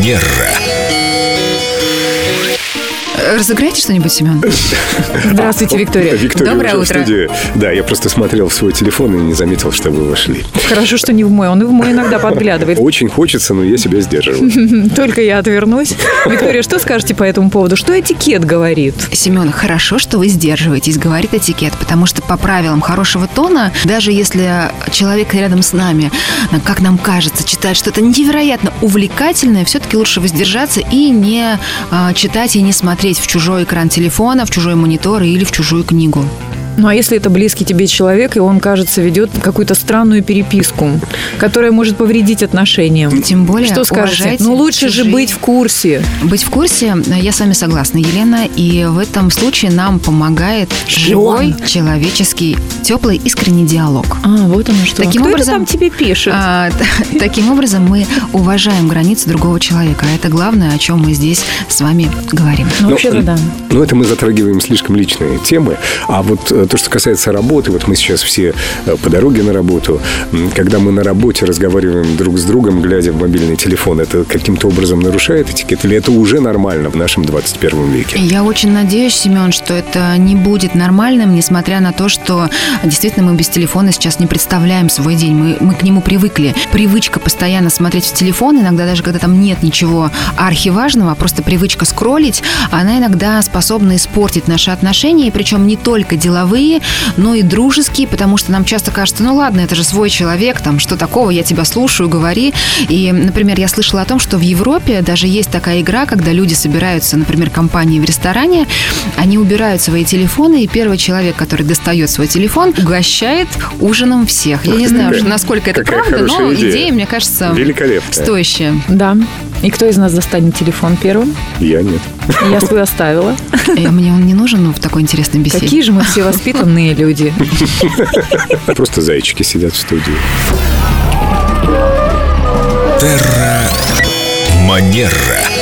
Манера. Разыграете что-нибудь, Семен? Здравствуйте, Виктория. Виктория Доброе уже утро. в студии. Да, я просто смотрел в свой телефон и не заметил, что вы вошли. Хорошо, что не в мой. Он и в мой иногда подглядывает. Очень хочется, но я себя сдерживаю. Только я отвернусь. Виктория, что скажете по этому поводу? Что этикет говорит? Семен, хорошо, что вы сдерживаетесь, говорит этикет, потому что по правилам хорошего тона, даже если человек рядом с нами, как нам кажется, читает что-то невероятно увлекательное, все-таки лучше воздержаться и не читать и не смотреть в чужой экран телефона, в чужой монитор или в чужую книгу. Ну, а если это близкий тебе человек, и он, кажется, ведет какую-то странную переписку, которая может повредить отношениям? Тем более, что скажете? уважайте Ну, лучше же чужие- быть в курсе. Быть в курсе, я с вами согласна, Елена, и в этом случае нам помогает живой, человеческий, теплый, искренний диалог. А, вот оно что. Таким Кто образом, это там тебе пишет? Таким образом, мы уважаем границы другого человека. А это главное, о чем мы здесь с вами говорим. Ну, вообще-то да. Ну, это мы затрагиваем слишком личные темы. А вот то, что касается работы, вот мы сейчас все по дороге на работу. Когда мы на работе разговариваем друг с другом, глядя в мобильный телефон, это каким-то образом нарушает этикет? Или это уже нормально в нашем 21 веке? Я очень надеюсь, Семен, что это не будет нормальным, несмотря на то, что действительно мы без телефона сейчас не представляем свой день. Мы к нему привыкли. Привычка постоянно смотреть в телефон, иногда даже когда там нет ничего архиважного, а просто привычка скроллить, она иногда способна испортить наши отношения, и причем не только деловые, но и дружеские, потому что нам часто кажется, ну ладно, это же свой человек, там, что такого, я тебя слушаю, говори. И, например, я слышала о том, что в Европе даже есть такая игра, когда люди собираются, например, компании в ресторане, они убирают свои телефоны, и первый человек, который достает свой телефон, угощает ужином всех. Я не знаю, насколько это Какая правда, но хорошая идея, мне кажется, великолепная. стоящая. Да. И кто из нас достанет телефон первым? Я нет. Я свой оставила. Мне он не нужен, но в такой интересной беседе. Какие же мы все воспитанные люди. Просто зайчики сидят в студии. Манера.